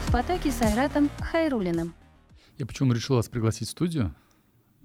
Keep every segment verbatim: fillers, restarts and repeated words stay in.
в потоке с Айратом Хайруллиным. Я почему решил вас пригласить в студию э,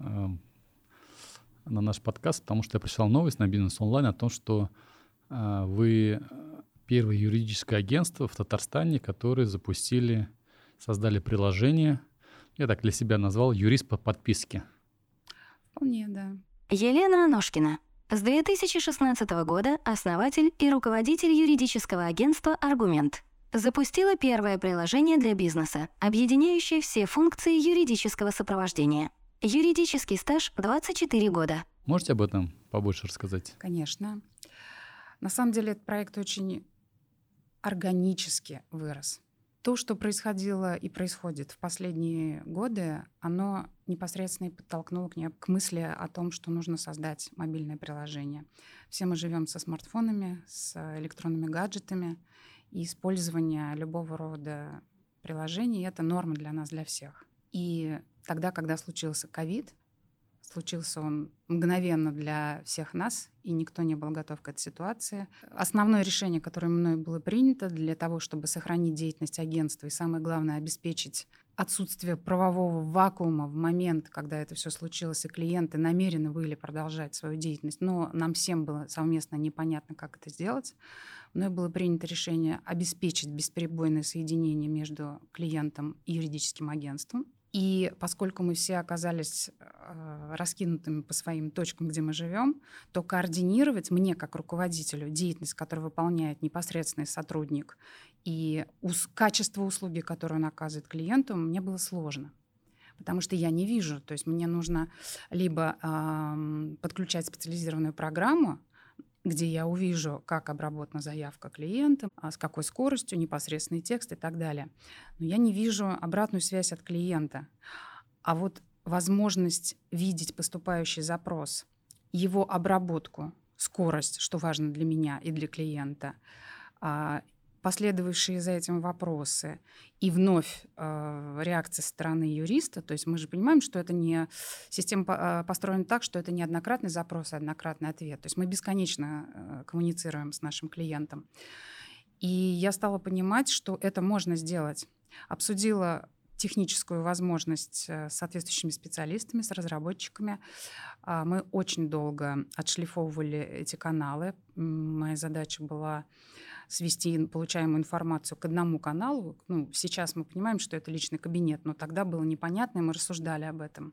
на наш подкаст, потому что я прочитал новость на Бизнес Онлайн о том, что э, вы первое юридическое агентство в Татарстане, которое запустили, создали приложение, я так для себя назвал «Юрист по подписке». Вполне, да. Елена Ножкина. С две тысячи шестнадцатого года основатель и руководитель юридического агентства «Аргумент». Запустила первое приложение для бизнеса, объединяющее все функции юридического сопровождения. Юридический стаж двадцать четыре года. Можете об этом побольше рассказать? Конечно. На самом деле этот проект очень органически вырос. То, что происходило и происходит в последние годы, оно непосредственно и подтолкнуло к, не, к мысли о том, что нужно создать мобильное приложение. Все мы живем со смартфонами, с электронными гаджетами, и использование любого рода приложений — это норма для нас, для всех. И тогда, когда случился ковид, случился он мгновенно для всех нас, и никто не был готов к этой ситуации. Основное решение, которое мной было принято для того, чтобы сохранить деятельность агентства и, самое главное, обеспечить отсутствие правового вакуума в момент, когда это все случилось, и клиенты намерены были продолжать свою деятельность, но нам всем было совместно непонятно, как это сделать, мной было принято решение обеспечить бесперебойное соединение между клиентом и юридическим агентством. И поскольку мы все оказались э, раскинутыми по своим точкам, где мы живем, то координировать мне, как руководителю, деятельность, которую выполняет непосредственный сотрудник, и ус- качество услуги, которую он оказывает клиенту, мне было сложно. Потому что я не вижу. То есть мне нужно либо э, подключать специализированную программу, где я увижу, как обработана заявка клиента, с какой скоростью, непосредственный текст и так далее. Но я не вижу обратную связь от клиента. А вот возможность видеть поступающий запрос, его обработку, скорость, что важно для меня и для клиента, последовавшие за этим вопросы и вновь э, реакция со стороны юриста, то есть мы же понимаем, что это не система э, построена так, что это не однократный запрос, а однократный ответ. То есть мы бесконечно э, коммуницируем с нашим клиентом. И я стала понимать, что это можно сделать. Обсудила техническую возможность с соответствующими специалистами, с разработчиками. Мы очень долго отшлифовывали эти каналы. Моя задача была свести получаемую информацию к одному каналу. Ну, сейчас мы понимаем, что это личный кабинет, но тогда было непонятно, и мы рассуждали об этом.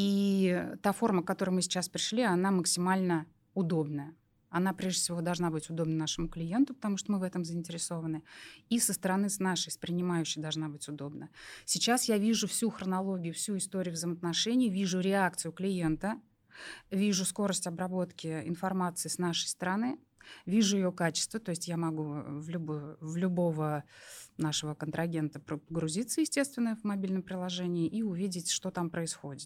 И та форма, к которой мы сейчас пришли, она максимально удобная. Она, прежде всего, должна быть удобна нашему клиенту, потому что мы в этом заинтересованы. И со стороны с нашей, с принимающей, должна быть удобна. Сейчас я вижу всю хронологию, всю историю взаимоотношений, вижу реакцию клиента, вижу скорость обработки информации с нашей стороны, вижу ее качество, то есть я могу в, любую, в любого нашего контрагента погрузиться, естественно, в мобильном приложении и увидеть, что там происходит.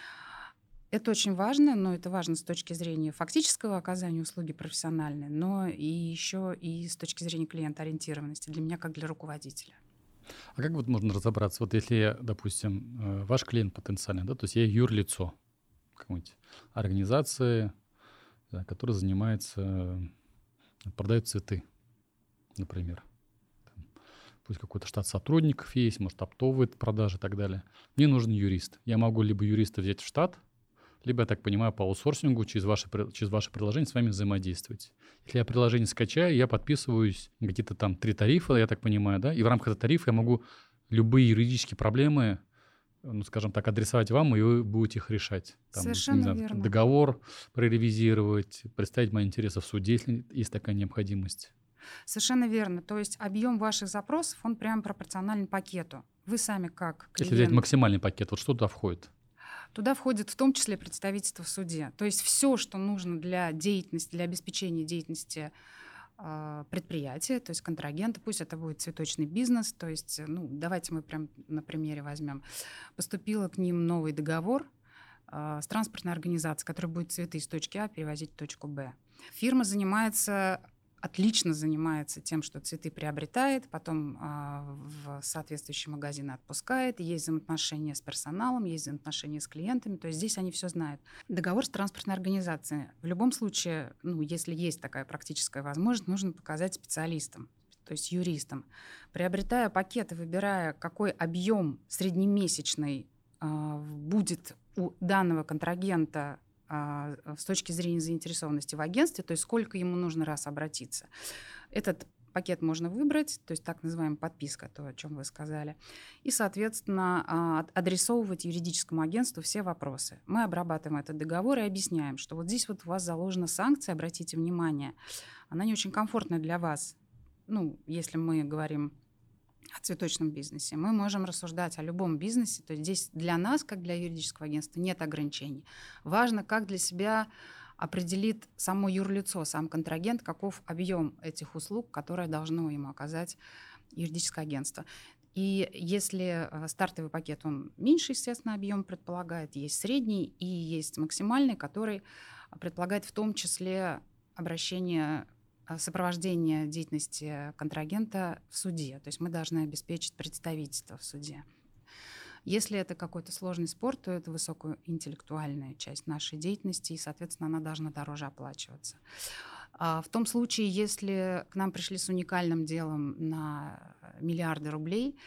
Это очень важно, но это важно с точки зрения фактического оказания услуги профессиональной, но и еще и с точки зрения клиентоориентированности для меня, как для руководителя. А как вот можно разобраться, вот если я, допустим, ваш клиент потенциальный, да, то есть я юрлицо какой-нибудь организации, да, которая занимается, продает цветы, например. Там, пусть какой-то штат сотрудников есть, может, оптовывает продажи и так далее. Мне нужен юрист. Я могу либо юриста взять в штат, либо, я так понимаю, по аутсорсингу через ваше, через ваше приложение с вами взаимодействовать. Если я приложение скачаю, я подписываюсь на какие-то там три тарифа, я так понимаю, да, и в рамках этого тарифа я могу любые юридические проблемы, ну, скажем так, адресовать вам, и вы будете их решать. Там, Совершенно знаю, верно. Договор проревизировать, представить мои интересы в суде, если есть такая необходимость. Совершенно верно. То есть объем ваших запросов, он прямо пропорционален пакету. Вы сами как клиент... Если взять максимальный пакет, вот что туда входит? Туда входит в том числе представительство в суде. То есть все, что нужно для деятельности, для обеспечения деятельности э, предприятия, то есть контрагента, пусть это будет цветочный бизнес, то есть, ну, давайте мы прям на примере возьмем. Поступил к ним новый договор э, с транспортной организацией, которая будет цветы из точки А перевозить в точку Б. Фирма занимается... отлично занимается тем, что цветы приобретает, потом э, в соответствующие магазины отпускает, есть взаимоотношения с персоналом, есть взаимоотношения с клиентами, то есть здесь они все знают. Договор с транспортной организацией. В любом случае, ну, если есть такая практическая возможность, нужно показать специалистам. то есть юристом, приобретая пакет и выбирая, какой объем среднемесячный э, будет у данного контрагента э, с точки зрения заинтересованности в агентстве, то есть сколько ему нужно раз обратиться. Этот пакет можно выбрать, то есть так называемая подписка, то, о чем вы сказали, и, соответственно, адресовывать юридическому агентству все вопросы. Мы обрабатываем этот договор и объясняем, что вот здесь вот у вас заложена санкция, обратите внимание, она не очень комфортная для вас. Ну, если мы говорим о цветочном бизнесе, мы можем рассуждать о любом бизнесе, то есть здесь для нас, как для юридического агентства, нет ограничений. Важно, как для себя определит само юрлицо, сам контрагент, каков объем этих услуг, которые должно ему оказать юридическое агентство. И если стартовый пакет, он меньше, естественно, объем предполагает, есть средний и есть максимальный, который предполагает в том числе обращение, сопровождение деятельности контрагента в суде. То есть мы должны обеспечить представительство в суде. Если это какой-то сложный спор, то это высокоинтеллектуальная часть нашей деятельности, и, соответственно, она должна дороже оплачиваться. А в том случае, если к нам пришли с уникальным делом на миллиарды рублей,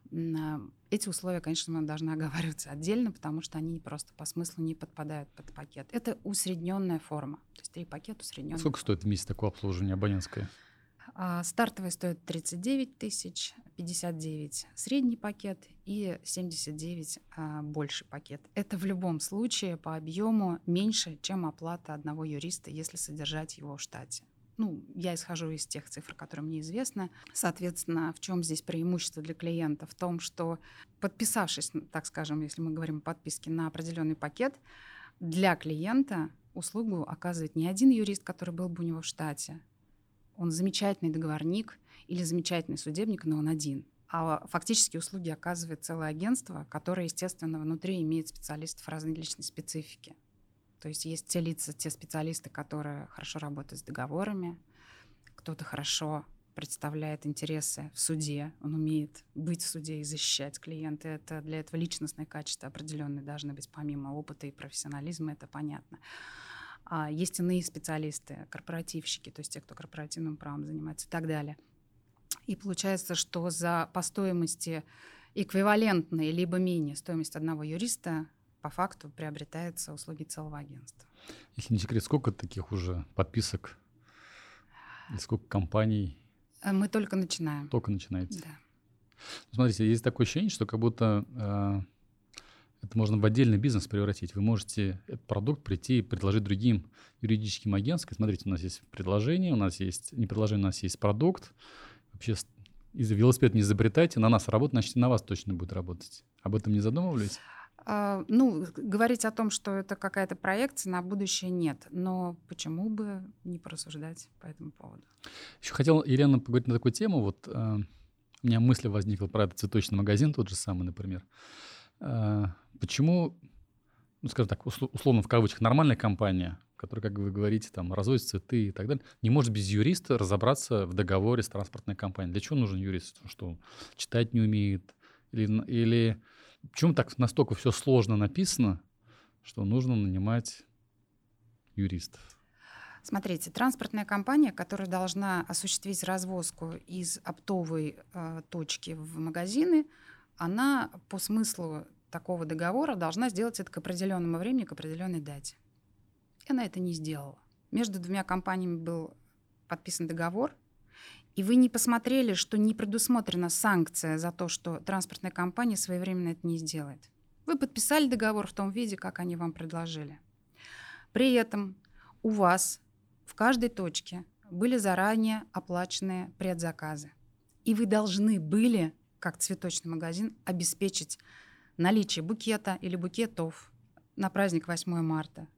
эти условия, конечно, мы должны оговариваться отдельно, потому что они просто по смыслу не подпадают под пакет. Это усредненная форма, то есть три пакета усредненная. Сколько стоит в месяц такое обслуживание абонентское? Стартовый стоит тридцать девять тысяч, пятьдесят девять средний пакет и семьдесят девять а, больший пакет. Это в любом случае по объему меньше, чем оплата одного юриста, если содержать его в штате. Ну, я исхожу из тех цифр, которые мне известны. Соответственно, в чем здесь преимущество для клиента? В том, что подписавшись, так скажем, если мы говорим о подписке на определенный пакет, для клиента услугу оказывает не один юрист, который был бы у него в штате. Он замечательный договорник или замечательный судебник, но он один. А фактически услуги оказывает целое агентство, которое, естественно, внутри имеет специалистов различной специфики. То есть есть те лица, те специалисты, которые хорошо работают с договорами, кто-то хорошо представляет интересы в суде, он умеет быть в суде и защищать клиента. Это для этого личностные качества определенные должны быть, помимо опыта и профессионализма, это понятно. А есть иные специалисты, корпоративщики, то есть те, кто корпоративным правом занимается и так далее. И получается, что за по стоимости эквивалентной либо менее стоимость одного юриста по факту приобретаются услуги целого агентства. Если не секрет, сколько таких уже подписок и сколько компаний? Мы только начинаем. Только начинаете? Да. Смотрите, есть такое ощущение, что как будто э, это можно в отдельный бизнес превратить. Вы можете этот продукт прийти и предложить другим юридическим агентствам. Смотрите, у нас есть предложение, у нас есть, не предложение, у нас есть продукт. Вообще из велосипед не изобретайте, на нас работать, значит, и на вас точно будет работать. Об этом не задумывались? А, ну, говорить о том, что это какая-то проекция на будущее, нет. Но почему бы не порассуждать по этому поводу? Еще хотел, Елена, поговорить на такую тему. Вот э, у меня мысль возникла про этот цветочный магазин, тот же самый, например. Э, почему, ну, скажем так, услов, условно в кавычках, нормальная компания, которая, как вы говорите, там, разводит цветы и так далее, не может без юриста разобраться в договоре с транспортной компанией? Для чего нужен юрист? Что он читать не умеет? Или... или почему так настолько все сложно написано, что нужно нанимать юристов? Смотрите, транспортная компания, которая должна осуществить развозку из оптовой э, точки в магазины, она по смыслу такого договора должна сделать это к определенному времени, к определенной дате. И она это не сделала. Между двумя компаниями был подписан договор, и вы не посмотрели, что не предусмотрена санкция за то, что транспортная компания своевременно это не сделает. Вы подписали договор в том виде, как они вам предложили. При этом у вас в каждой точке были заранее оплаченные предзаказы. И вы должны были, как цветочный магазин, обеспечить наличие букета или букетов на праздник восьмое марта.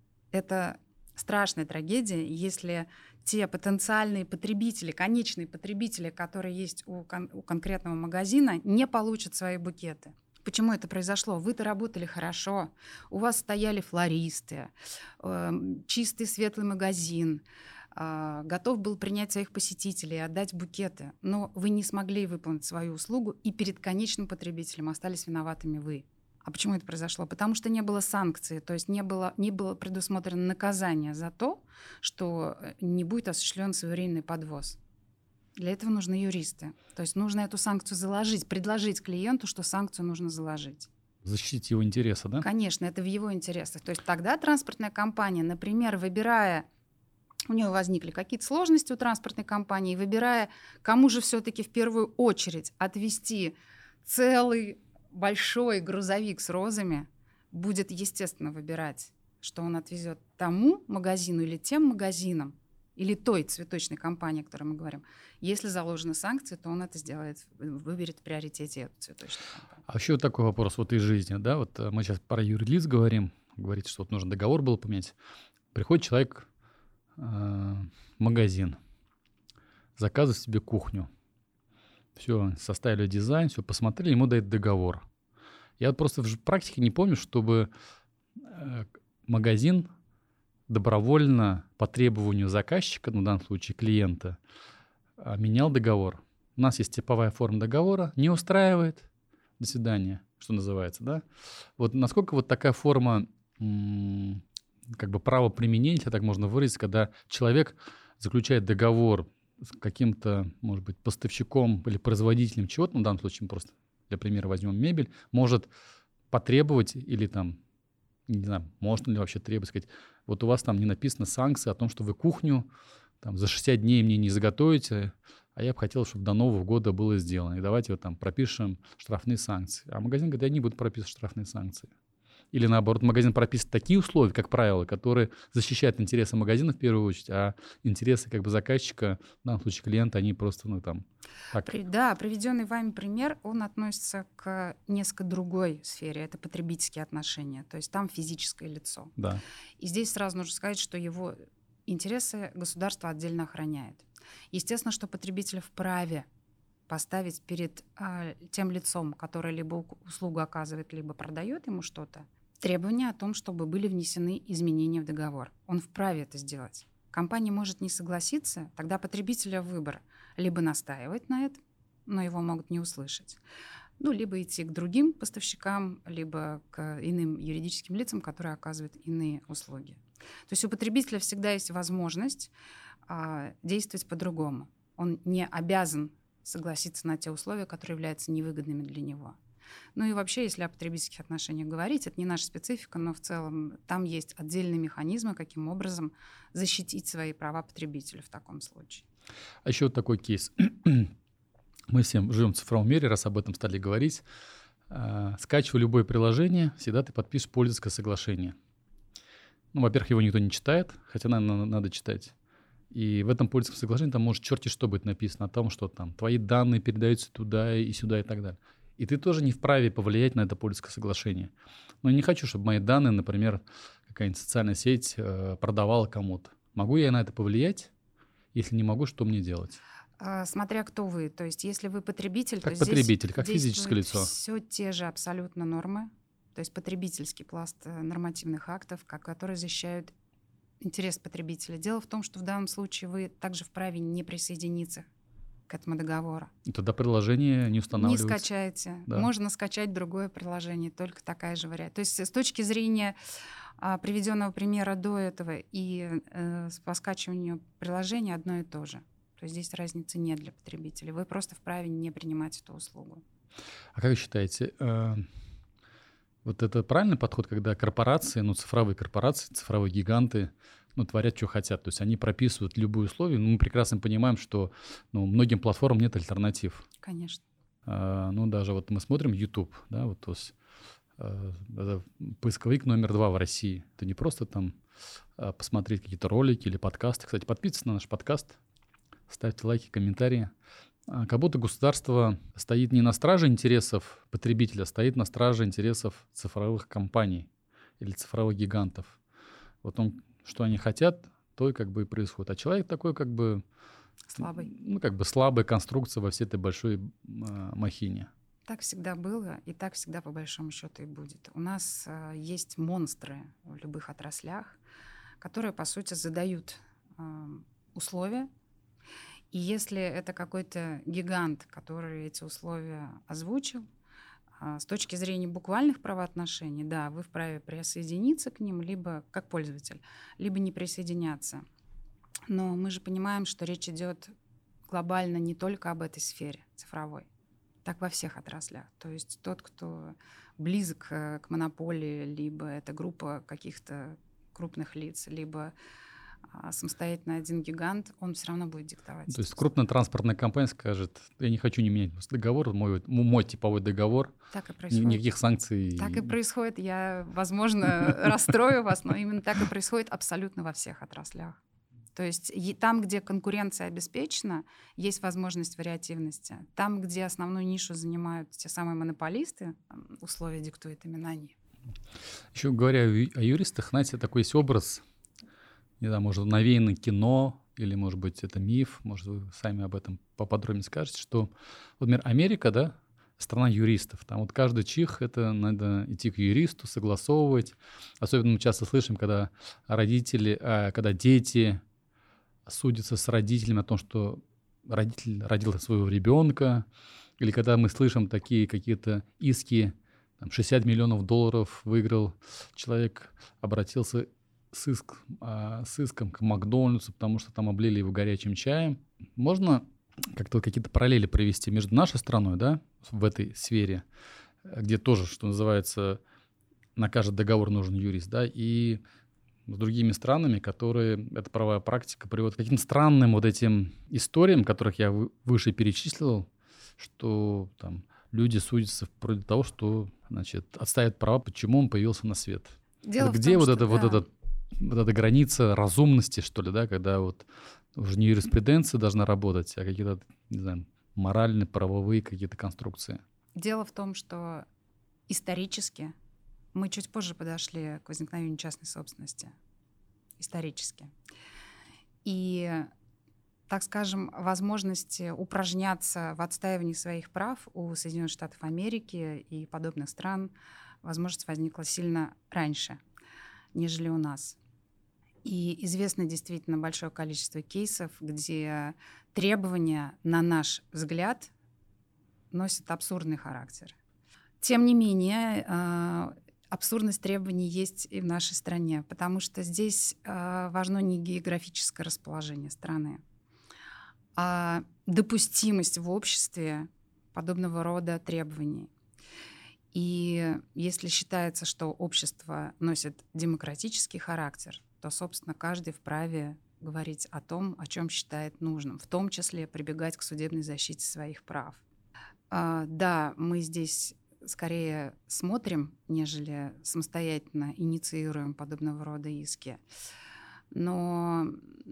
Это страшная трагедия, если те потенциальные потребители, конечные потребители, которые есть у, кон- у конкретного магазина, не получат свои букеты. Почему это произошло? Вы-то работали хорошо, у вас стояли флористы, э, чистый светлый магазин, э, готов был принять своих посетителей и отдать букеты, но вы не смогли выполнить свою услугу, и перед конечным потребителем остались виноватыми вы. А почему это произошло? Потому что не было санкции, то есть не было, не было предусмотрено наказание за то, что не будет осуществлен своевременный подвоз. Для этого нужны юристы. То есть нужно эту санкцию заложить, предложить клиенту, что санкцию нужно заложить. Защитить его интересы, да? Конечно, это в его интересах. То есть тогда транспортная компания, например, выбирая, у нее возникли какие-то сложности у транспортной компании, выбирая, кому же все-таки в первую очередь отвезти целый большой грузовик с розами, будет, естественно, выбирать, что он отвезет тому магазину или тем магазинам, или той цветочной компании, о которой мы говорим. Если заложены санкции, то он это сделает, выберет в приоритете эту цветочную компанию. А еще вот такой вопрос вот из жизни, да, вот мы сейчас про юрлиц говорим, говорите, что вот нужно договор был поменять. Приходит человек э, в магазин, заказывает себе кухню, все, составили дизайн, все, посмотрели, ему дают договор. Я вот просто в практике не помню, чтобы э, магазин добровольно по требованию заказчика, ну, в данном случае клиента, менял договор. У нас есть типовая форма договора, не устраивает, до свидания, что называется, да? Вот насколько вот такая форма м- как бы права применения, если так можно выразить, когда человек заключает договор с каким-то, может быть, поставщиком или производителем чего-то, ну, в данном случае мы просто для примера возьмем мебель, может потребовать или там, не знаю, можно ли вообще требовать, сказать, вот у вас там не написано санкции о том, что вы кухню там, за шестьдесят дней мне не заготовите, а я бы хотел, чтобы до Нового года было сделано. И давайте вот там пропишем штрафные санкции. А магазин говорит, я не буду прописывать штрафные санкции. Или наоборот, магазин прописывает такие условия, как правило, которые защищают интересы магазина в первую очередь, а интересы как бы заказчика, в данном случае клиента, они просто, ну там... Так. При, да, приведенный вами пример, он относится к несколько другой сфере, это потребительские отношения, то есть там физическое лицо. Да. И здесь сразу нужно сказать, что его интересы государство отдельно охраняет. Естественно, что потребитель вправе поставить перед э, тем лицом, которое либо услугу оказывает, либо продает ему что-то, требования о том, чтобы были внесены изменения в договор. Он вправе это сделать. Компания может не согласиться, тогда потребителя выбор либо настаивать на этом, но его могут не услышать, ну, либо идти к другим поставщикам, либо к иным юридическим лицам, которые оказывают иные услуги. То есть у потребителя всегда есть возможность а, действовать по-другому. Он не обязан согласиться на те условия, которые являются невыгодными для него. Ну и вообще, если о потребительских отношениях говорить, это не наша специфика, но в целом там есть отдельные механизмы, каким образом защитить свои права потребителя в таком случае. А еще вот такой кейс. Мы всем живем в цифровом мире, раз об этом стали говорить. Скачивая любое приложение, всегда ты подпишешь пользовательское соглашение. Ну, во-первых, его никто не читает, хотя, наверное, надо читать. И в этом пользовательском соглашении там может черти что будет написано о том, что там твои данные передаются туда и сюда и так далее. И ты тоже не вправе повлиять на это пользовательское соглашение. Но я не хочу, чтобы мои данные, например, какая-нибудь социальная сеть э, продавала кому-то. Могу я на это повлиять? Если не могу, что мне делать? А, смотря кто вы. То есть если вы потребитель, как то потребитель, здесь как физическое лицо. все те же абсолютно нормы. То есть потребительский пласт нормативных актов, которые защищают интерес потребителя. Дело в том, что в данном случае вы также вправе не присоединиться к этому договору. И тогда приложение не устанавливается. Не скачаете. Да. Можно скачать другое приложение, только такая же вариант. То есть с точки зрения а, приведенного примера до этого и э, по скачиванию приложения одно и то же. То есть здесь разницы нет для потребителя. Вы просто вправе не принимать эту услугу. А как вы считаете, э, вот это правильный подход, когда корпорации, ну цифровые корпорации, цифровые гиганты, ну, творят, что хотят. То есть они прописывают любые условия. Ну, мы прекрасно понимаем, что ну, многим платформам нет альтернатив. Конечно. А, ну, даже вот мы смотрим YouTube, да, вот то есть, а, это поисковик номер два в России. Это не просто там а, посмотреть какие-то ролики или подкасты. Кстати, подписывайтесь на наш подкаст, ставьте лайки, комментарии. А, как будто государство стоит не на страже интересов потребителя, стоит на страже интересов цифровых компаний или цифровых гигантов. Вот он что они хотят, то и как бы и происходит. А человек такой как бы... Слабый. Ну, как бы слабая конструкция во всей этой большой э, махине. Так всегда было, и так всегда по большому счету и будет. У нас э, есть монстры в любых отраслях, которые, по сути, задают э, условия. И если это какой-то гигант, который эти условия озвучил, с точки зрения буквальных правоотношений, да, вы вправе присоединиться к ним, либо как пользователь, либо не присоединяться. Но мы же понимаем, что речь идет глобально не только об этой сфере цифровой, так во всех отраслях. То есть тот, кто близок к монополии, либо это группа каких-то крупных лиц, либо а, самостоятельно один гигант, он все равно будет диктовать. То есть крупная транспортная компания скажет: я не хочу не менять договор, мой, мой типовой договор, так и происходит. Никаких санкций. Так и происходит. Я, возможно, расстрою вас, но именно так и происходит абсолютно во всех отраслях. То есть там, где конкуренция обеспечена, есть возможность вариативности. Там, где основную нишу занимают те самые монополисты, условия диктуют именно они. Еще говоря о юристах, знаете, такой есть образ, не знаю, может, навеянный кино, или, может быть, это миф, может, вы сами об этом поподробнее скажете, что, вот, например, Америка, да, страна юристов. Там вот каждый чих — это надо идти к юристу, согласовывать. Особенно мы часто слышим, когда родители, а, когда дети судятся с родителями о том, что родитель родил своего ребенка, или когда мы слышим такие какие-то иски, там, шестьдесят миллионов долларов выиграл человек, обратился с, иск, а, с иском к Макдональдсу, потому что там облили его горячим чаем. Можно как-то какие-то параллели провести между нашей страной, да, в этой сфере, где тоже, что называется, на каждый договор нужен юрист, да, и с другими странами, которые, эта правовая практика приводит к каким-то странным вот этим историям, которых я выше перечислил, что там люди судятся вплоть до того, что, значит, отставят права, почему он появился на свет. Дело где в том, вот, что, это, да. вот, это, вот эта граница разумности, что ли, да, когда вот уже не юриспруденция должна работать, а какие-то, не знаю, моральные, правовые какие-то конструкции. Дело в том, что исторически мы чуть позже подошли к возникновению частной собственности. Исторически. И, так скажем, возможности упражняться в отстаивании своих прав у Соединенных Штатов Америки и подобных стран, возможность возникла сильно раньше, нежели у нас. И известно действительно большое количество кейсов, где требования, на наш взгляд, носят абсурдный характер. Тем не менее, абсурдность требований есть и в нашей стране, потому что здесь важно не географическое расположение страны, а допустимость в обществе подобного рода требований. И если считается, что общество носит демократический характер, то, собственно, каждый вправе говорить о том, о чем считает нужным, в том числе прибегать к судебной защите своих прав. А, да, мы здесь скорее смотрим, нежели самостоятельно инициируем подобного рода иски. Но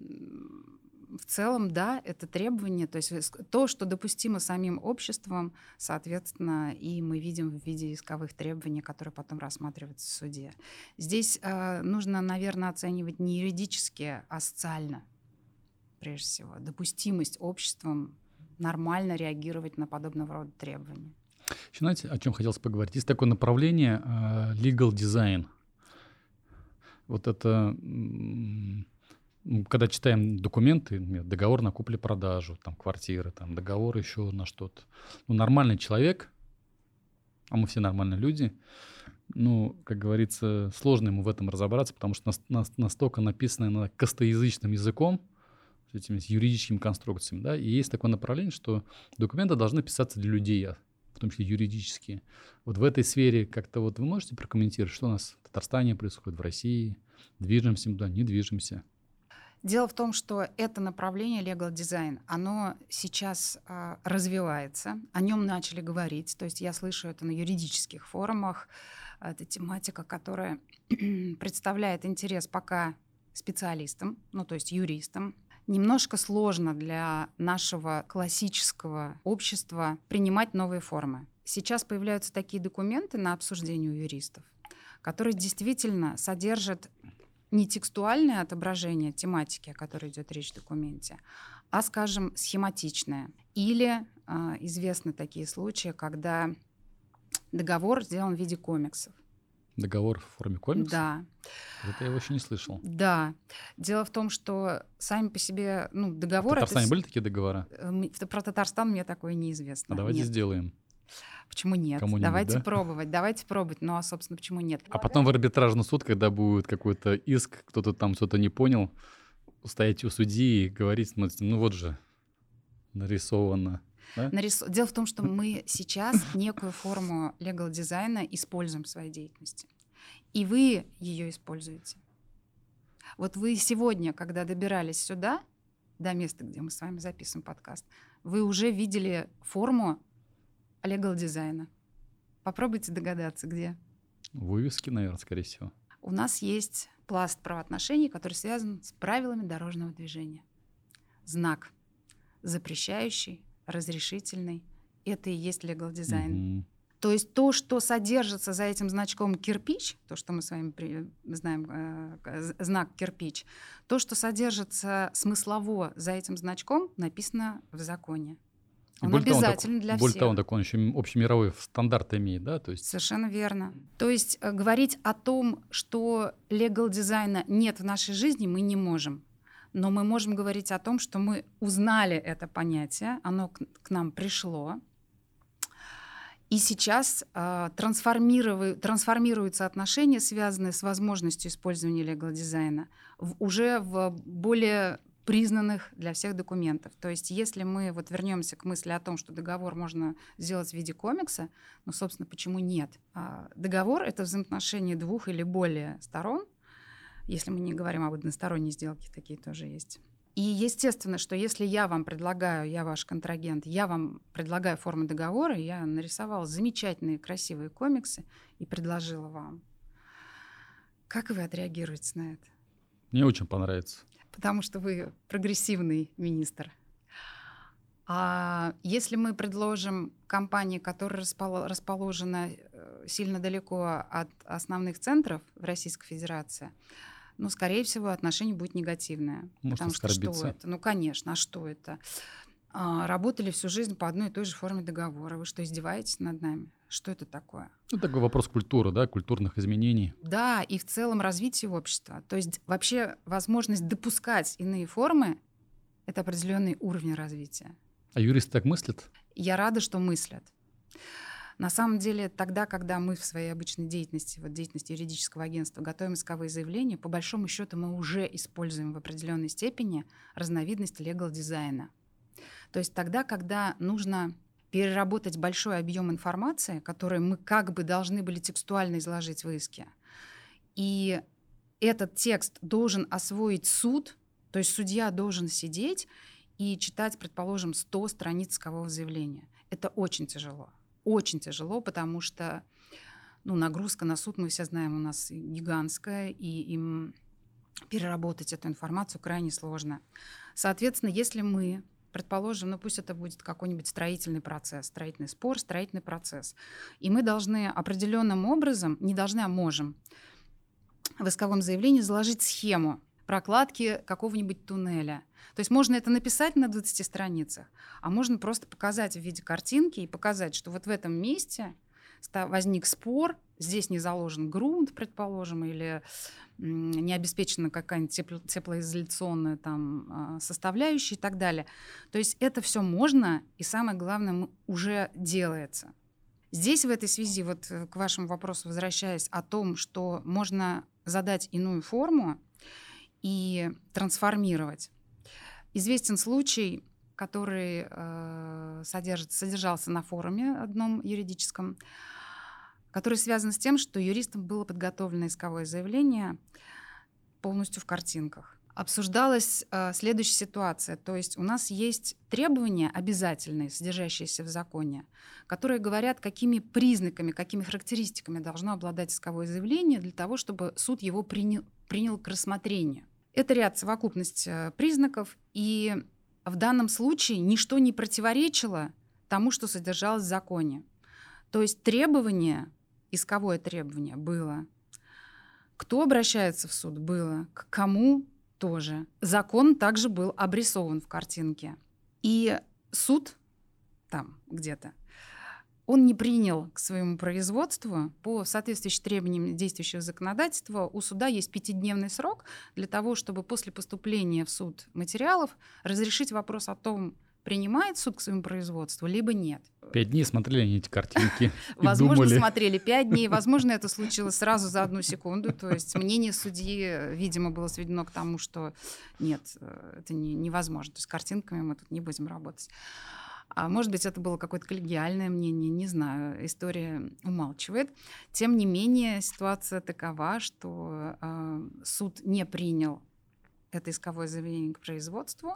в целом, да, это требование, то есть то, что допустимо самим обществом, соответственно, и мы видим в виде исковых требований, которые потом рассматриваются в суде. Здесь э, нужно, наверное, оценивать не юридически, а социально, прежде всего. Допустимость обществом нормально реагировать на подобного рода требования. Еще знаете, о чем хотелось поговорить? Есть такое направление uh, legal design. Вот это, когда читаем документы, договор на куплю-продажу, там, квартиры, там, договор еще на что-то. Ну, нормальный человек, а мы все нормальные люди, ну, как говорится, сложно ему в этом разобраться, потому что нас, нас, настолько написано на костоязычным языком, с этими с юридическими конструкциями, да, и есть такое направление, что документы должны писаться для людей, в том числе юридические. Вот в этой сфере как-то вот вы можете прокомментировать, что у нас в Татарстане происходит, в России, движемся мы туда, не движемся? Дело в том, что это направление legal design, оно сейчас э, развивается, о нем начали говорить, то есть я слышу это на юридических форумах, это тематика, которая представляет интерес пока специалистам, ну то есть юристам. Немножко сложно для нашего классического общества принимать новые формы. Сейчас появляются такие документы на обсуждение у юристов, которые действительно содержат не текстуальное отображение тематики, о которой идет речь в документе, а, скажем, схематичное. Или э, известны такие случаи, когда договор сделан в виде комиксов. Договор в форме комикса? Да. Это я его еще не слышал. Да. Дело в том, что сами по себе, ну, договоры... В Татарстане это... были такие договора? Про Татарстан мне такое неизвестно. А давайте нет. сделаем. Почему нет? Кому-нибудь, давайте да? пробовать, давайте пробовать. Ну, а, собственно, почему нет? А потом в арбитражный суд, когда будет какой-то иск, кто-то там что-то не понял, стоять у судьи и говорить, ну вот же, нарисовано. Да? Нарис... Дело в том, что мы сейчас некую форму legal дизайна используем в своей деятельности. И вы ее используете. Вот вы сегодня, когда добирались сюда, до места, где мы с вами записываем подкаст, вы уже видели форму legal дизайна. Попробуйте догадаться, где. Вывески, наверное, скорее всего. У нас есть пласт правоотношений, который связан с правилами дорожного движения. Знак запрещающий, разрешительный. Это и есть legal дизайн. Угу. То есть то, что содержится за этим значком кирпич, то, что мы с вами при, знаем, э, знак кирпич, то, что содержится смыслово за этим значком, написано в законе. Он обязателен для всех. Более того, он такой, он еще общемировой стандарт имеет, да? То есть... Совершенно верно. То есть э, говорить о том, что legal дизайна нет в нашей жизни, мы не можем. Но мы можем говорить о том, что мы узнали это понятие, оно к, к нам пришло. И сейчас э, трансформирую, трансформируются отношения, связанные с возможностью использования legal дизайна, в, уже в более признанных для всех документов. То есть если мы вот вернемся к мысли о том, что договор можно сделать в виде комикса, ну, собственно, почему нет? А договор — это взаимоотношения двух или более сторон, если мы не говорим об односторонней сделке, такие тоже есть. И естественно, что если я вам предлагаю, я ваш контрагент, я вам предлагаю форму договора, я нарисовала замечательные, красивые комиксы и предложила вам. Как вы отреагируете на это? Мне очень понравится. Потому что вы прогрессивный министр. А если мы предложим компании, которая расположена сильно далеко от основных центров в Российской Федерации, ну, скорее всего, отношение будет негативное. Может потому что оскорбиться. Что это? Ну, конечно, а что это? А, работали всю жизнь по одной и той же форме договора. Вы что, издеваетесь над нами? Что это такое? Ну, такой вопрос культуры, да, культурных изменений. Да, и в целом развития общества. То есть вообще возможность допускать иные формы — это определенный уровень развития. А юристы так мыслят? Я рада, что мыслят. На самом деле, тогда, когда мы в своей обычной деятельности, вот деятельности юридического агентства, готовим исковые заявления, по большому счету мы уже используем в определенной степени разновидность legal дизайна. То есть тогда, когда нужно переработать большой объем информации, который мы как бы должны были текстуально изложить в иске, и этот текст должен освоить суд, то есть судья должен сидеть и читать, предположим, сто страниц искового заявления. Это очень тяжело. Очень тяжело, потому что ну, нагрузка на суд, мы все знаем, у нас гигантская, и им переработать эту информацию крайне сложно. Соответственно, если мы, предположим, ну пусть это будет какой-нибудь строительный процесс, строительный спор, строительный процесс, и мы должны определенным образом, не должны, а можем, в исковом заявлении заложить схему прокладки какого-нибудь туннеля. То есть можно это написать на двадцати страницах, а можно просто показать в виде картинки и показать, что вот в этом месте возник спор, здесь не заложен грунт, предположим, или не обеспечена какая-нибудь тепло- теплоизоляционная там составляющая и так далее. То есть это все можно, и самое главное, уже делается. Здесь в этой связи, вот к вашему вопросу возвращаясь, о том, что можно задать иную форму и трансформировать. Известен случай, который э, содержит, содержался на форуме одном юридическом, который связан с тем, что юристам было подготовлено исковое заявление полностью в картинках. Обсуждалась э, следующая ситуация. То есть у нас есть требования обязательные, содержащиеся в законе, которые говорят, какими признаками, какими характеристиками должно обладать исковое заявление для того, чтобы суд его принял, принял к рассмотрению. Это ряд, совокупность э, признаков, и в данном случае ничто не противоречило тому, что содержалось в законе. То есть требование, исковое требование было. Кто обращается в суд? Было. К кому? Тоже. Закон также был обрисован в картинке. И суд там где-то, он не принял к своему производству по соответствующим требованиям действующего законодательства. У суда есть пятидневный срок для того, чтобы после поступления в суд материалов разрешить вопрос о том, принимает суд к своему производству, либо нет. Пять дней смотрели они эти картинки. Возможно, смотрели пять дней, возможно, это случилось сразу за одну секунду. То есть мнение судьи, видимо, было сведено к тому, что нет, это не, невозможно. То есть картинками мы тут не будем работать. А может быть, это было какое-то коллегиальное мнение, не знаю. История умалчивает. Тем не менее, ситуация такова, что э, суд не принял это исковое заявление к производству.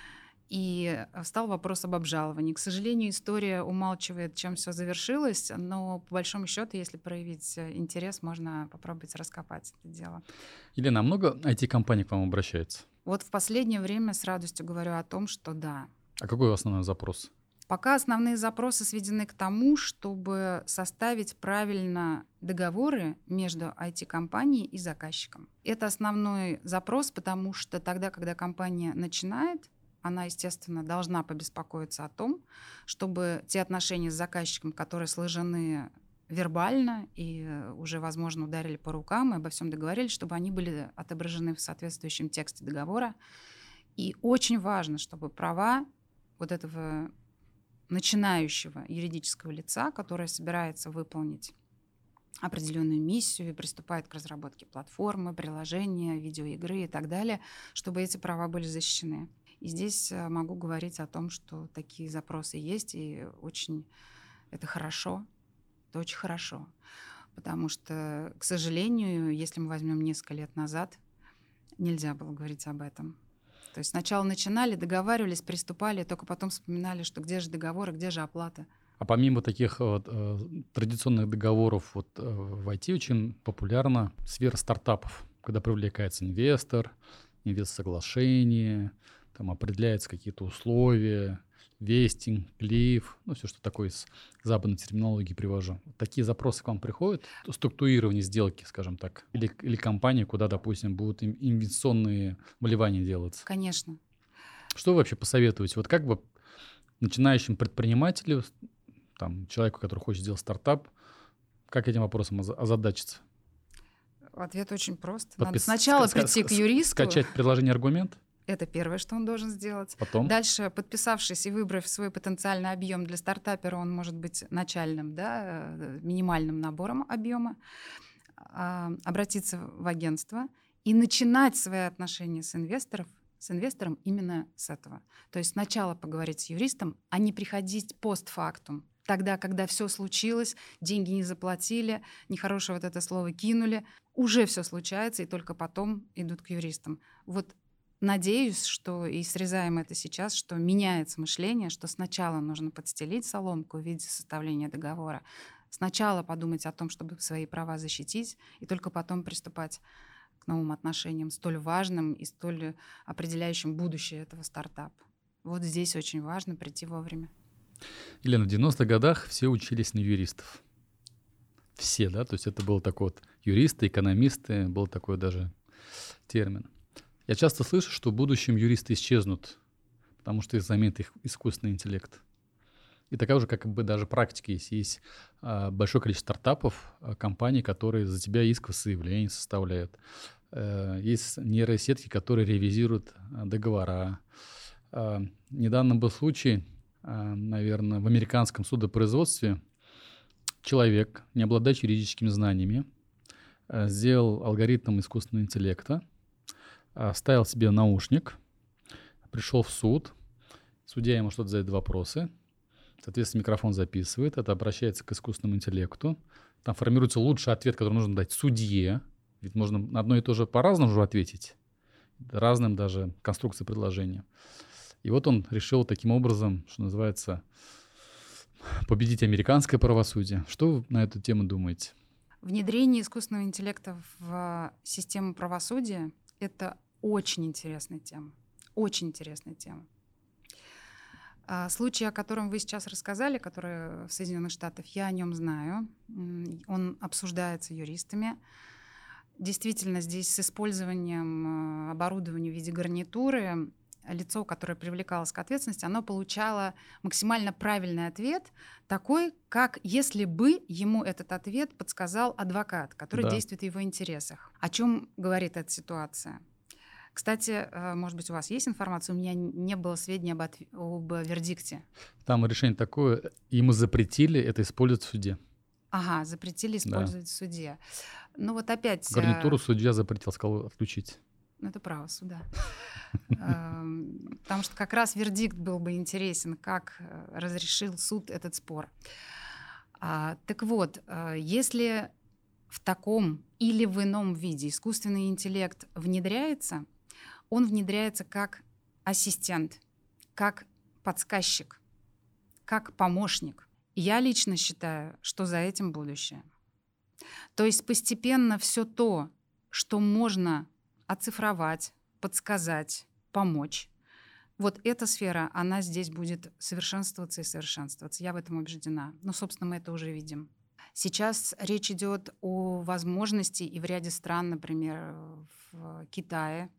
И встал вопрос об обжаловании. К сожалению, история умалчивает, чем все завершилось, но по большому счету, если проявить интерес, можно попробовать раскопать это дело. Елена, а много ай ти-компаний к вам обращается? Вот в последнее время с радостью говорю о том, что да. А какой основной запрос? Пока основные запросы сведены к тому, чтобы составить правильно договоры между ай ти-компанией и заказчиком. Это основной запрос, потому что тогда, когда компания начинает, она, естественно, должна побеспокоиться о том, чтобы те отношения с заказчиком, которые сложены вербально и уже, возможно, ударили по рукам и обо всем договорились, чтобы они были отображены в соответствующем тексте договора. И очень важно, чтобы права вот этого начинающего юридического лица, которое собирается выполнить определенную миссию и приступает к разработке платформы, приложения, видеоигры и так далее, чтобы эти права были защищены. И здесь могу говорить о том, что такие запросы есть, и очень это хорошо, это очень хорошо. Потому что, к сожалению, если мы возьмем несколько лет назад, нельзя было говорить об этом. То есть сначала начинали, договаривались, приступали, только потом вспоминали, что где же договор, где же оплата. А помимо таких вот, э, традиционных договоров вот, э, в ай ти очень популярна сфера стартапов, когда привлекается инвестор, инвест-соглашение, там определяются какие-то условия, вестинг, клиф, ну все, что такое из западной терминологии привожу. Такие запросы к вам приходят? Структурирование сделки, скажем так, или, или компании, куда, допустим, будут инвестиционные вливания делаться? Конечно. Что вы вообще посоветуете? Вот как бы начинающим предпринимателю, там, человеку, который хочет сделать стартап, как этим вопросом озадачиться? Ответ очень прост. Подпис... Надо сначала ска- прийти ска- к юристу. Скачать приложение «Аргумент». Это первое, что он должен сделать. Потом? Дальше, подписавшись и выбрав свой потенциальный объем для стартапера, он может быть начальным, да, минимальным набором объема, обратиться в агентство и начинать свои отношения с инвестором, с инвестором именно с этого. То есть сначала поговорить с юристом, а не приходить постфактум. Тогда, когда все случилось, деньги не заплатили, нехорошее вот это слово кинули, уже все случается, и только потом идут к юристам. Вот надеюсь, что и срезаем это сейчас, что меняется мышление, что сначала нужно подстелить соломку в виде составления договора, сначала подумать о том, чтобы свои права защитить, и только потом приступать к новым отношениям, столь важным и столь определяющим будущее этого стартапа. Вот здесь очень важно прийти вовремя. Елена, в девяностых годах все учились на юристов. Все, да? То есть это был такой вот юристы, экономисты, был такой даже термин. Я часто слышу, что в будущем юристы исчезнут, потому что их заменит их искусственный интеллект. И такая уже как бы даже практика есть. Есть а, большое количество стартапов, а, компаний, которые за тебя исковые заявления составляют. А, есть нейросетки, которые ревизируют а, договора. А, недавно был случай, а, наверное, в американском судопроизводстве. Человек, не обладающий юридическими знаниями, а, сделал алгоритм искусственного интеллекта, вставил себе наушник, пришел в суд, судья ему что-то задает вопросы, соответственно, микрофон записывает, это обращается к искусственному интеллекту, там формируется лучший ответ, который нужно дать судье, ведь можно на одно и то же по-разному же ответить, разным даже конструкции предложения. И вот он решил таким образом, что называется, победить американское правосудие. Что вы на эту тему думаете? Внедрение искусственного интеллекта в систему правосудия — это очень интересная тема. Очень интересная тема. А случай, о котором вы сейчас рассказали, который в Соединенных Штатах, я о нем знаю. Он обсуждается юристами. Действительно, здесь с использованием оборудования в виде гарнитуры лицо, которое привлекалось к ответственности, оно получало максимально правильный ответ, такой, как если бы ему этот ответ подсказал адвокат, который да. действует в его интересах. О чем говорит эта ситуация? Кстати, может быть, у вас есть информация? У меня не было сведений об, отв... об вердикте. Там решение такое, ему запретили это использовать в суде. Ага, запретили использовать да. в суде. Ну вот опять... Гарнитуру судья запретил, сказал отключить. Ну это право суда. Потому что как раз вердикт был бы интересен, как разрешил суд этот спор. Так вот, если в таком или в ином виде искусственный интеллект внедряется, он внедряется как ассистент, как подсказчик, как помощник. Я лично считаю, что за этим будущее. То есть постепенно все то, что можно оцифровать, подсказать, помочь, вот эта сфера, она здесь будет совершенствоваться и совершенствоваться. Я в этом убеждена. Ну, собственно, мы это уже видим. Сейчас речь идет о возможности, и в ряде стран, например, в Китае,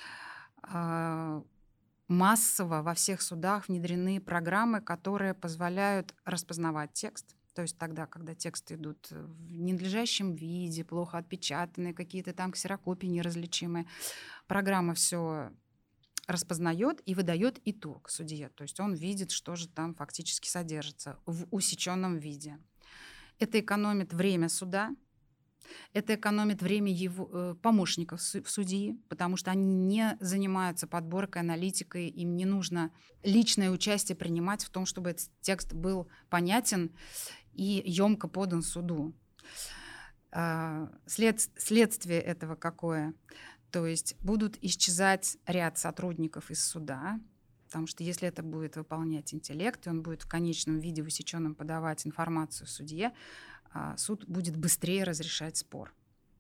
массово во всех судах внедрены программы, которые позволяют распознавать текст. То есть тогда, когда тексты идут в ненадлежащем виде, плохо отпечатанные, какие-то там ксерокопии неразличимые, программа все распознает и выдает итог судье. То есть он видит, что же там фактически содержится в усеченном виде. Это экономит время суда, это экономит время его э, помощников в судьи, потому что они не занимаются подборкой, аналитикой, им не нужно личное участие принимать в том, чтобы этот текст был понятен и емко подан суду. Э, след, следствие этого какое? То есть будут исчезать ряд сотрудников из суда, потому что если это будет выполнять интеллект, и он будет в конечном виде, в усеченном, подавать информацию судье, суд будет быстрее разрешать спор.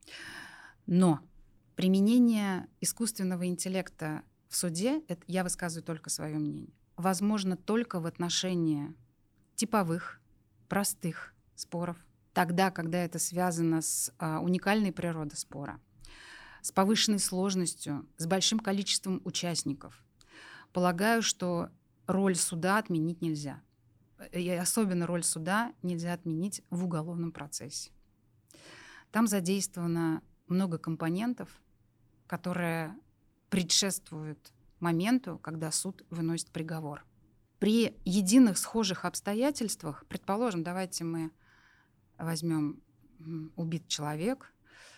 Но применение искусственного интеллекта в суде, это я высказываю только свое мнение, возможно только в отношении типовых, простых споров, тогда, когда это связано с а, уникальной природой спора, с повышенной сложностью, с большим количеством участников. Полагаю, что роль суда отменить нельзя. И особенно роль суда нельзя отменить в уголовном процессе. Там задействовано много компонентов, которые предшествуют моменту, когда суд выносит приговор. При единых схожих обстоятельствах, предположим, давайте мы возьмем убит человек,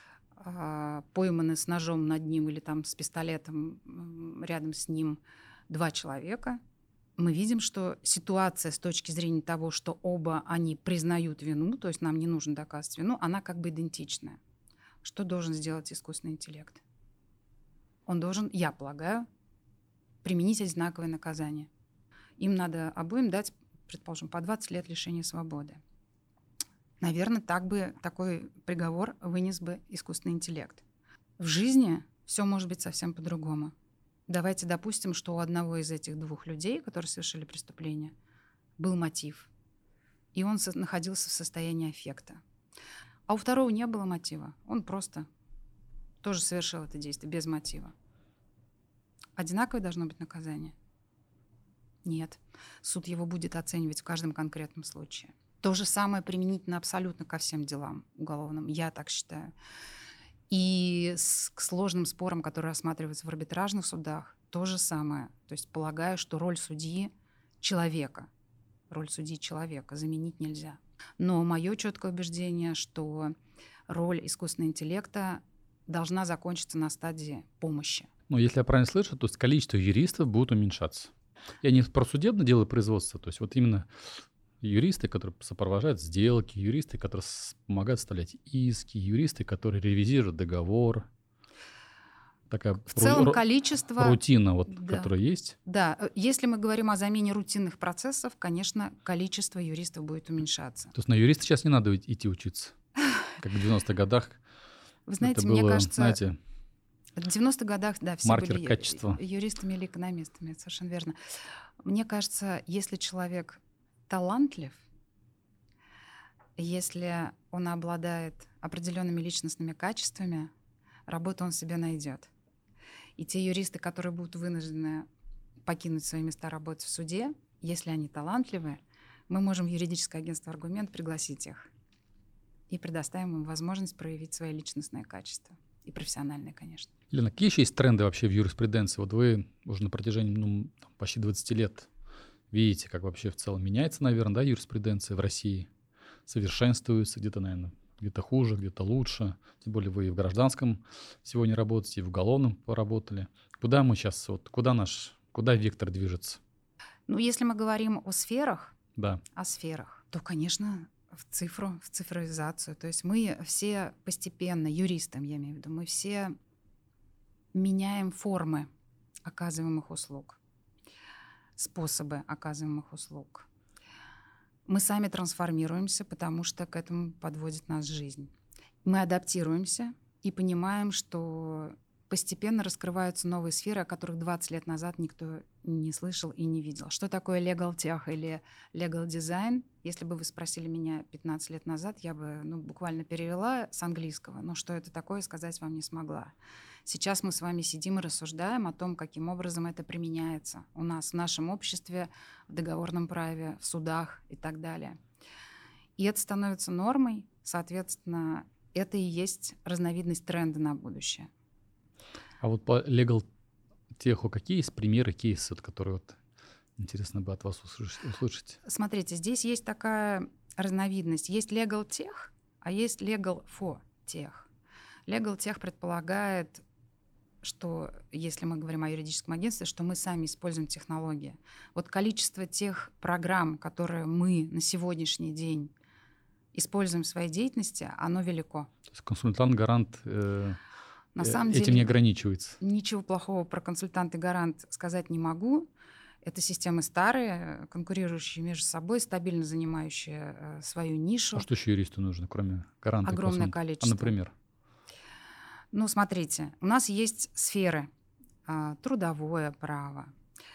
пойманы с ножом над ним или там с пистолетом рядом с ним два человека, мы видим, что ситуация с точки зрения того, что оба они признают вину, то есть нам не нужно доказывать вину, она как бы идентичная. Что должен сделать искусственный интеллект? Он должен, я полагаю, применить одинаковое наказание. Им надо обоим дать, предположим, по двадцать лет лишения свободы. Наверное, так бы такой приговор вынес бы искусственный интеллект. В жизни все может быть совсем по-другому. Давайте допустим, что у одного из этих двух людей, которые совершили преступление, был мотив, и он находился в состоянии аффекта. А у второго не было мотива. Он просто тоже совершил это действие без мотива. Одинаковое должно быть наказание? Нет. Суд его будет оценивать в каждом конкретном случае. То же самое применительно абсолютно ко всем делам уголовным, я так считаю. И с, к сложным спорам, которые рассматриваются в арбитражных судах, то же самое. То есть полагаю, что роль судьи человека, роль судьи человека заменить нельзя. Но мое четкое убеждение, что роль искусственного интеллекта должна закончиться на стадии помощи. Ну, если я правильно слышу, то есть количество юристов будет уменьшаться. Я не про судебное дело производства, то есть вот именно юристы, которые сопровождают сделки, юристы, которые помогают составлять иски, юристы, которые ревизируют договор. Такая в целом ру- количество... рутина, вот, да. которая есть. Да, если мы говорим о замене рутинных процессов, конечно, количество юристов будет уменьшаться. То есть на юриста сейчас не надо идти учиться, как в девяностых годах. Вы знаете, это мне было, кажется... Знаете, в девяностых годах, да, все маркер были качества. Юристами или экономистами, это совершенно верно. Мне кажется, если человек талантлив, если он обладает определенными личностными качествами, работу он себе найдет. И те юристы, которые будут вынуждены покинуть свои места работы в суде, если они талантливы, мы можем в юридическое агентство «Аргумент» пригласить их и предоставим им возможность проявить свои личностные качества. и профессиональные, конечно. Елена, какие еще есть тренды вообще в юриспруденции? Вот вы уже на протяжении ну, там, почти двадцать лет видите, как вообще в целом меняется, наверное, да, юриспруденция в России, совершенствуется где-то, наверное, где-то хуже, где-то лучше. Тем более вы и в гражданском сегодня работаете, и в уголовном поработали. Куда мы сейчас, вот, куда наш, куда вектор движется? Ну, если мы говорим о сферах, да. о сферах, то, конечно, в цифру, в цифровизацию. То есть мы все постепенно, юристам я имею в виду, мы все меняем формы оказываемых услуг, способы оказываемых услуг. Мы сами трансформируемся, потому что к этому подводит нас жизнь. Мы адаптируемся и понимаем, что постепенно раскрываются новые сферы, о которых двадцать лет назад никто не слышал и не видел. Что такое legal tech или legal design? Если бы вы спросили меня пятнадцать лет назад, я бы ну, буквально перевела с английского, но что это такое, сказать вам не смогла. Сейчас мы с вами сидим и рассуждаем о том, каким образом это применяется у нас в нашем обществе, в договорном праве, в судах и так далее. И это становится нормой, соответственно, это и есть разновидность тренда на будущее. А вот по legal теху какие есть примеры, кейсы, которые вот интересно бы от вас услышать? Смотрите, здесь есть такая разновидность. Есть legal tech, а есть legal for tech. Legal tech предполагает, что, если мы говорим о юридическом агентстве, что мы сами используем технологии. Вот количество тех программ, которые мы на сегодняшний день используем в своей деятельности, оно велико. То есть консультант, гарант э, на э, самом этим деле, не ограничивается? Ничего плохого про консультант и гарант сказать не могу. Это системы старые, конкурирующие между собой, стабильно занимающие э, свою нишу. А что еще юристу нужно, кроме гаранта? Огромное количество. А, например? Ну, смотрите, у нас есть сферы. Э, трудовое право,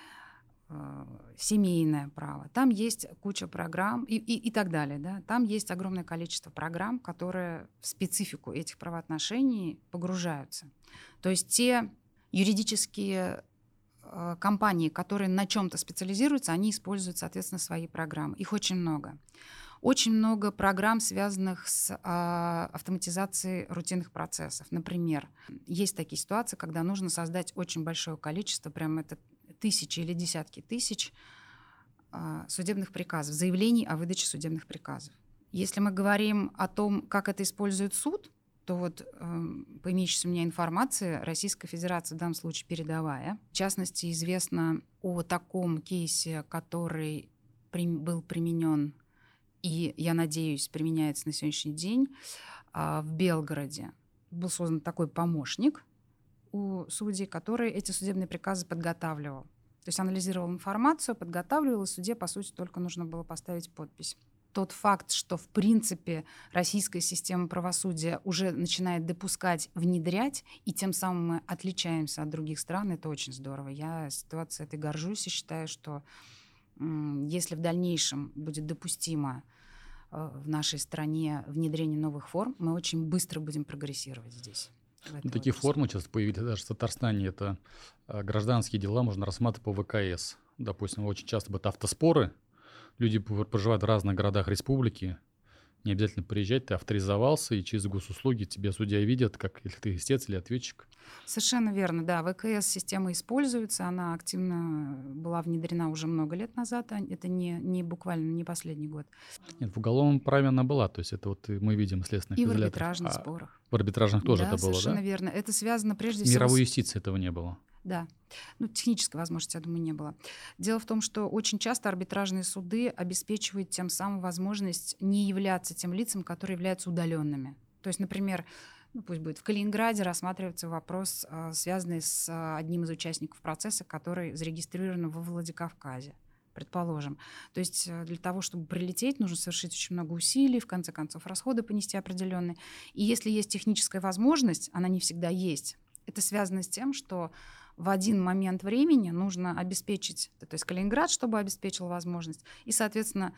э, семейное право. Там есть куча программ и, и, и так далее. Да? Там есть огромное количество программ, которые в специфику этих правоотношений погружаются. То есть те юридические э, компании, которые на чем-то специализируются, они используют, соответственно, свои программы. Их очень много. Очень много программ, связанных с а, автоматизацией рутинных процессов. Например, есть такие ситуации, когда нужно создать очень большое количество, прям это тысячи или десятки тысяч а, судебных приказов, заявлений о выдаче судебных приказов. Если мы говорим о том, как это использует суд, то вот э, по имеющейся у меня информации Российская Федерация, в данном случае передовая, в частности, известно о таком кейсе, который при, был применен и, я надеюсь, применяется на сегодняшний день а, в Белгороде. Был создан такой помощник у судей, который эти судебные приказы подготавливал. То есть анализировал информацию, подготавливал, и суде, по сути, только нужно было поставить подпись. Тот факт, что, в принципе, российская система правосудия уже начинает допускать, внедрять, и тем самым мы отличаемся от других стран, это очень здорово. Я ситуацией этой горжусь и считаю, что если в дальнейшем будет допустимо в нашей стране внедрение новых форм, мы очень быстро будем прогрессировать здесь. Ну, такие формы сейчас появились даже в Татарстане. Это гражданские дела можно рассматривать по вэ ка эс. Допустим, очень часто бывают автоспоры. Люди проживают в разных городах республики. Не обязательно приезжать, ты авторизовался, и через госуслуги тебя судья видят, как если ты истец или ответчик. Совершенно верно, да. вэ ка эс-система используется, она активно была внедрена уже много лет назад, это не, не буквально не последний год. Нет, в уголовном праве она была, то есть это вот мы видим в следственных и изоляторах. И в арбитражных а спорах. В арбитражных тоже да, это было, да? совершенно верно. Это связано прежде всего... Мировой с... юстиции этого не было. Да. Ну, технической возможности, я думаю, не было. Дело в том, что очень часто арбитражные суды обеспечивают тем самым возможность не являться тем лицам, которые являются удаленными. То есть, например, ну, пусть будет в Калининграде рассматривается вопрос, связанный с одним из участников процесса, который зарегистрирован во Владикавказе, предположим. То есть для того, чтобы прилететь, нужно совершить очень много усилий, в конце концов, расходы понести определенные. И если есть техническая возможность, она не всегда есть, это связано с тем, что в один момент времени нужно обеспечить, то есть Калининград, чтобы обеспечил возможность, и, соответственно,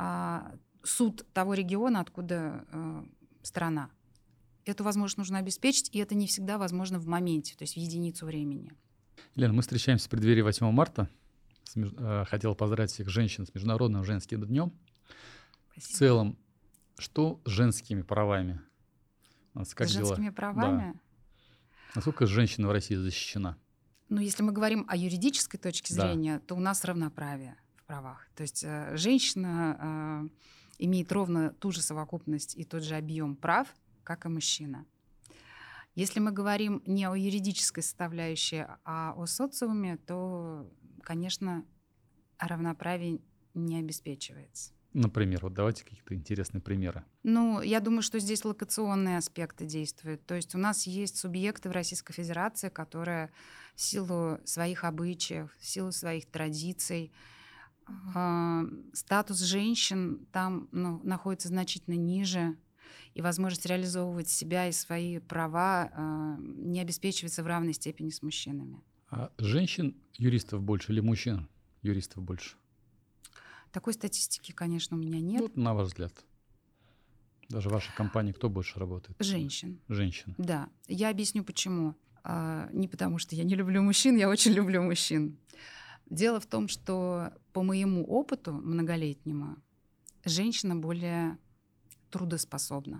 суд того региона, откуда страна. Эту возможность нужно обеспечить, и это не всегда возможно в моменте, то есть в единицу времени. Елена, мы встречаемся в преддверии восьмого марта. Хотел поздравить всех женщин с Международным женским днем. Спасибо. В целом, что с женскими правами? Как с женскими дела? правами? Да. Насколько женщина в России защищена? Ну, если мы говорим о юридической точке Да. зрения, то у нас равноправие в правах. То есть э, женщина э, имеет ровно ту же совокупность и тот же объем прав, как и мужчина. Если мы говорим не о юридической составляющей, а о социуме, то, конечно, равноправие не обеспечивается. Например, вот давайте какие-то интересные примеры. Ну, я думаю, что здесь локационные аспекты действуют. То есть у нас есть субъекты в Российской Федерации, которые в силу своих обычаев, в силу своих традиций, э, статус женщин там ну, находится значительно ниже, и возможность реализовывать себя и свои права э, не обеспечивается в равной степени с мужчинами. А женщин-юристов больше или мужчин-юристов больше? Такой статистики, конечно, у меня нет. Ну, на ваш взгляд. Даже в вашей компании кто больше работает? Женщин. Женщин. Да. Я объясню, почему. А, не потому, что я не люблю мужчин, я очень люблю мужчин. Дело в том, что по моему опыту многолетнему женщина более трудоспособна.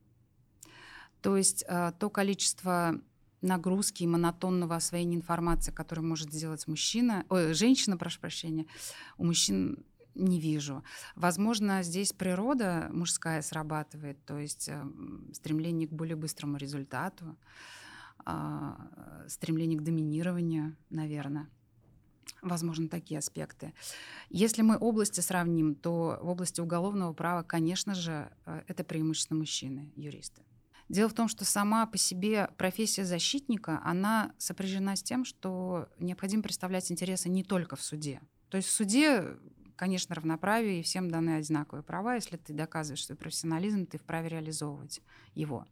То есть а, то количество нагрузки и монотонного освоения информации, которое может сделать мужчина, ой, женщина, прошу прощения, у мужчин не вижу. Возможно, здесь природа мужская срабатывает, то есть э, стремление к более быстрому результату, э, стремление к доминированию, наверное. Возможно, такие аспекты. Если мы области сравним, то в области уголовного права, конечно же, э, это преимущественно мужчины, юристы. Дело в том, что сама по себе профессия защитника, она сопряжена с тем, что необходимо представлять интересы не только в суде. То есть в суде, конечно, равноправие, и всем даны одинаковые права. Если ты доказываешь свой профессионализм, ты вправе реализовывать его.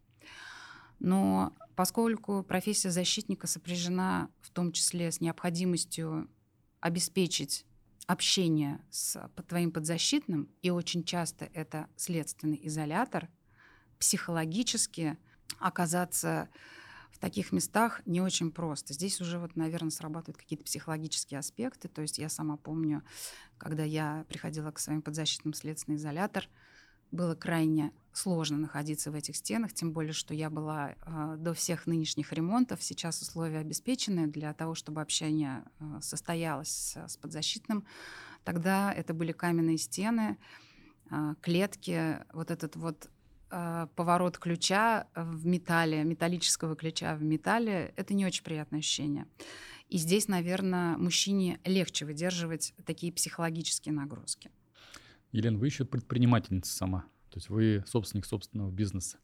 Но поскольку профессия защитника сопряжена в том числе с необходимостью обеспечить общение с твоим подзащитным, и очень часто это следственный изолятор, психологически оказаться в таких местах не очень просто. Здесь уже, вот, наверное, срабатывают какие-то психологические аспекты. То есть я сама помню, когда я приходила к своим подзащитным в следственный изолятор, было крайне сложно находиться в этих стенах, тем более, что я была э, до всех нынешних ремонтов. Сейчас условия обеспечены для того, чтобы общение э, состоялось с, с подзащитным. Тогда это были каменные стены, э, клетки, вот этот вот поворот ключа в металле, металлического ключа в металле, это не очень приятное ощущение. И здесь, наверное, мужчине легче выдерживать такие психологические нагрузки. Елена, вы еще предпринимательница сама, то есть вы собственник собственного бизнеса.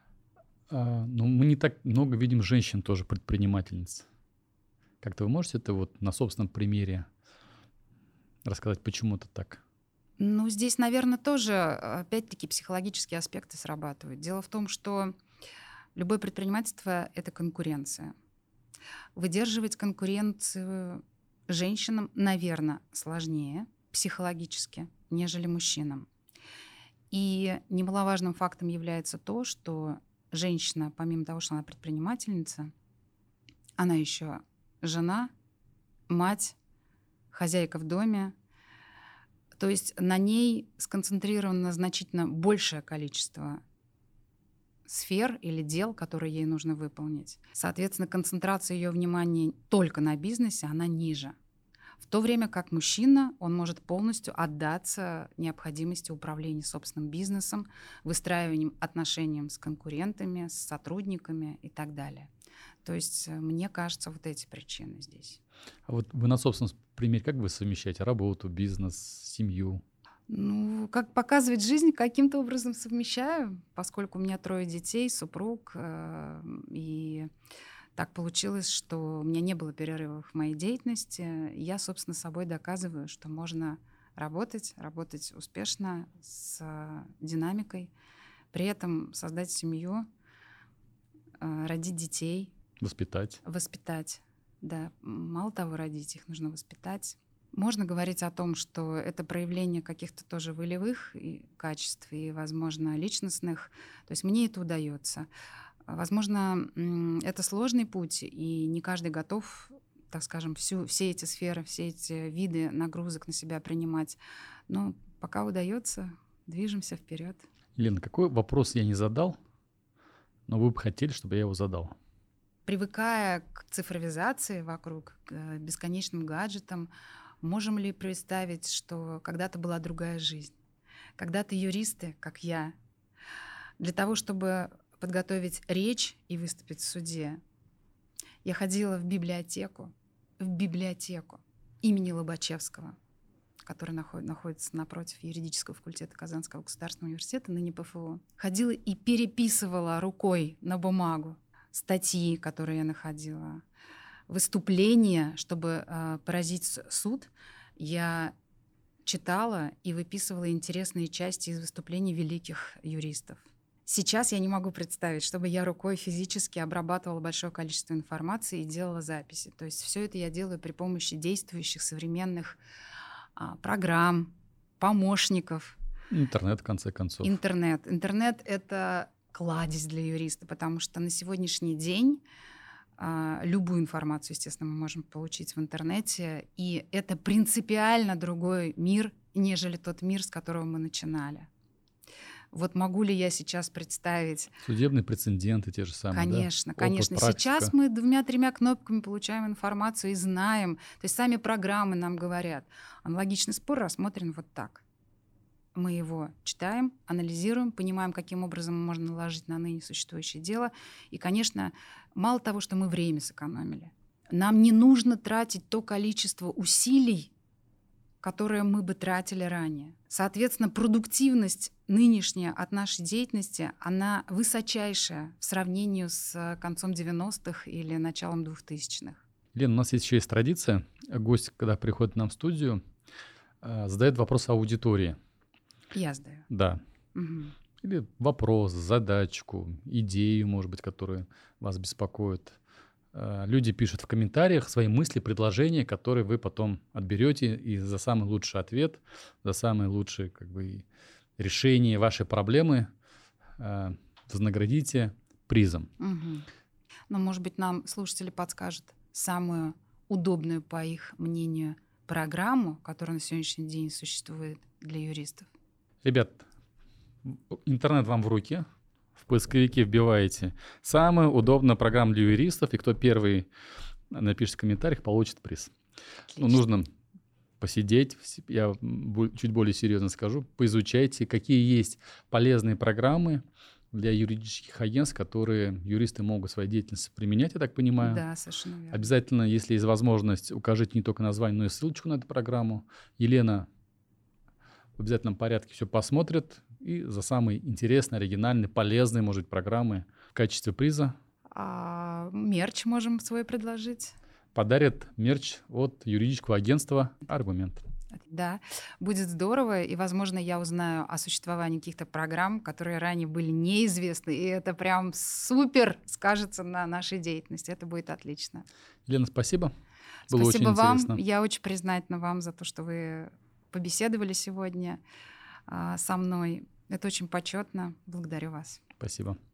А, но мы не так много видим женщин тоже предпринимательниц. Как-то вы можете это вот на собственном примере рассказать, почему это так? Ну, здесь, наверное, тоже, опять-таки, психологические аспекты срабатывают. Дело в том, что любое предпринимательство — это конкуренция. Выдерживать конкуренцию женщинам, наверное, сложнее психологически, нежели мужчинам. И немаловажным фактом является то, что женщина, помимо того, что она предпринимательница, она еще жена, мать, хозяйка в доме. То есть на ней сконцентрировано значительно большее количество сфер или дел, которые ей нужно выполнить. Соответственно, концентрация ее внимания только на бизнесе, она ниже. В то время как мужчина, он может полностью отдаться необходимости управления собственным бизнесом, выстраиванием отношений с конкурентами, с сотрудниками и так далее. То есть, мне кажется, вот эти причины здесь. А вот вы на собственном примере как вы совмещаете работу, бизнес, семью? Ну, как показывает жизнь, каким-то образом совмещаю, поскольку у меня трое детей, супруг, э, и так получилось, что у меня не было перерывов в моей деятельности. Я, собственно, собой доказываю, что можно работать, работать успешно, с динамикой, при этом создать семью, э, родить детей. Воспитать. Воспитать, да. Мало того, родить, их нужно воспитать. Можно говорить о том, что это проявление каких-то тоже волевых и качеств и, возможно, личностных. То есть мне это удается. Возможно, это сложный путь, и не каждый готов, так скажем, всю, все эти сферы, все эти виды нагрузок на себя принимать. Но пока удается, движемся вперед. Елена, какой вопрос я не задал, но вы бы хотели, чтобы я его задал? привыкая к цифровизации вокруг, к бесконечным гаджетам, можем ли представить, что когда-то была другая жизнь? Когда-то юристы, как я, для того, чтобы подготовить речь и выступить в суде, я ходила в библиотеку, в библиотеку имени Лобачевского, который наход, находится напротив юридического факультета Казанского государственного университета, ныне ПФУ. Ходила и переписывала рукой на бумагу статьи, которые я находила, выступления, чтобы э, поразить суд. Я читала и выписывала интересные части из выступлений великих юристов. Сейчас я не могу представить, чтобы я рукой физически обрабатывала большое количество информации и делала записи. То есть все это я делаю при помощи действующих современных а, программ, помощников. Интернет, в конце концов. Интернет. Интернет — это кладезь для юриста, потому что на сегодняшний день а, любую информацию, естественно, мы можем получить в интернете, и это принципиально другой мир, нежели тот мир, с которого мы начинали. Вот могу ли я сейчас представить... Судебные прецеденты те же самые, Конечно, да? конечно. Опыт, сейчас мы двумя-тремя кнопками получаем информацию и знаем. То есть сами программы нам говорят. Аналогичный спор рассмотрен вот так. Мы его читаем, анализируем, понимаем, каким образом можно наложить на ныне существующее дело. И, конечно, мало того, что мы время сэкономили, нам не нужно тратить то количество усилий, которые мы бы тратили ранее. Соответственно, продуктивность нынешняя от нашей деятельности, она высочайшая в сравнении с концом девяностых или началом двухтысячных. Лена, у нас есть еще есть традиция. Гость, когда приходит к нам в студию, задает вопрос аудитории. Я задаю. Да. Угу. Или вопрос, задачку, идею, может быть, которая вас беспокоит. Люди пишут в комментариях свои мысли, предложения, которые вы потом отберете, и за самый лучший ответ, за самое лучшее как бы, решение вашей проблемы э, вознаградите призом. Угу. Но, может быть, нам слушатели подскажут самую удобную, по их мнению, программу, которая на сегодняшний день существует для юристов. Ребят, интернет вам в руки. В поисковике вбиваете «Самая удобная программа для юристов», и кто первый напишет в комментариях, получит приз. Ну, нужно посидеть, я чуть более серьезно скажу, поизучайте, какие есть полезные программы для юридических агентств, которые юристы могут в своей деятельности применять, я так понимаю. Да, совершенно верно. Обязательно, если есть возможность, укажите не только название, но и ссылочку на эту программу. Елена в обязательном порядке все посмотрит и за самые интересные, оригинальные, полезные, может быть, программы в качестве приза а, мерч можем свой предложить. Подарит мерч от юридического агентства «Аргумент». Да, будет здорово, и, возможно, я узнаю о существовании каких-то программ, которые ранее были неизвестны, и это прям супер скажется на нашей деятельности. Это будет отлично. Елена, спасибо. Было спасибо очень вам. интересно. Я очень признательна вам за то, что вы побеседовали сегодня а, со мной. Это очень почетно. Благодарю вас. Спасибо.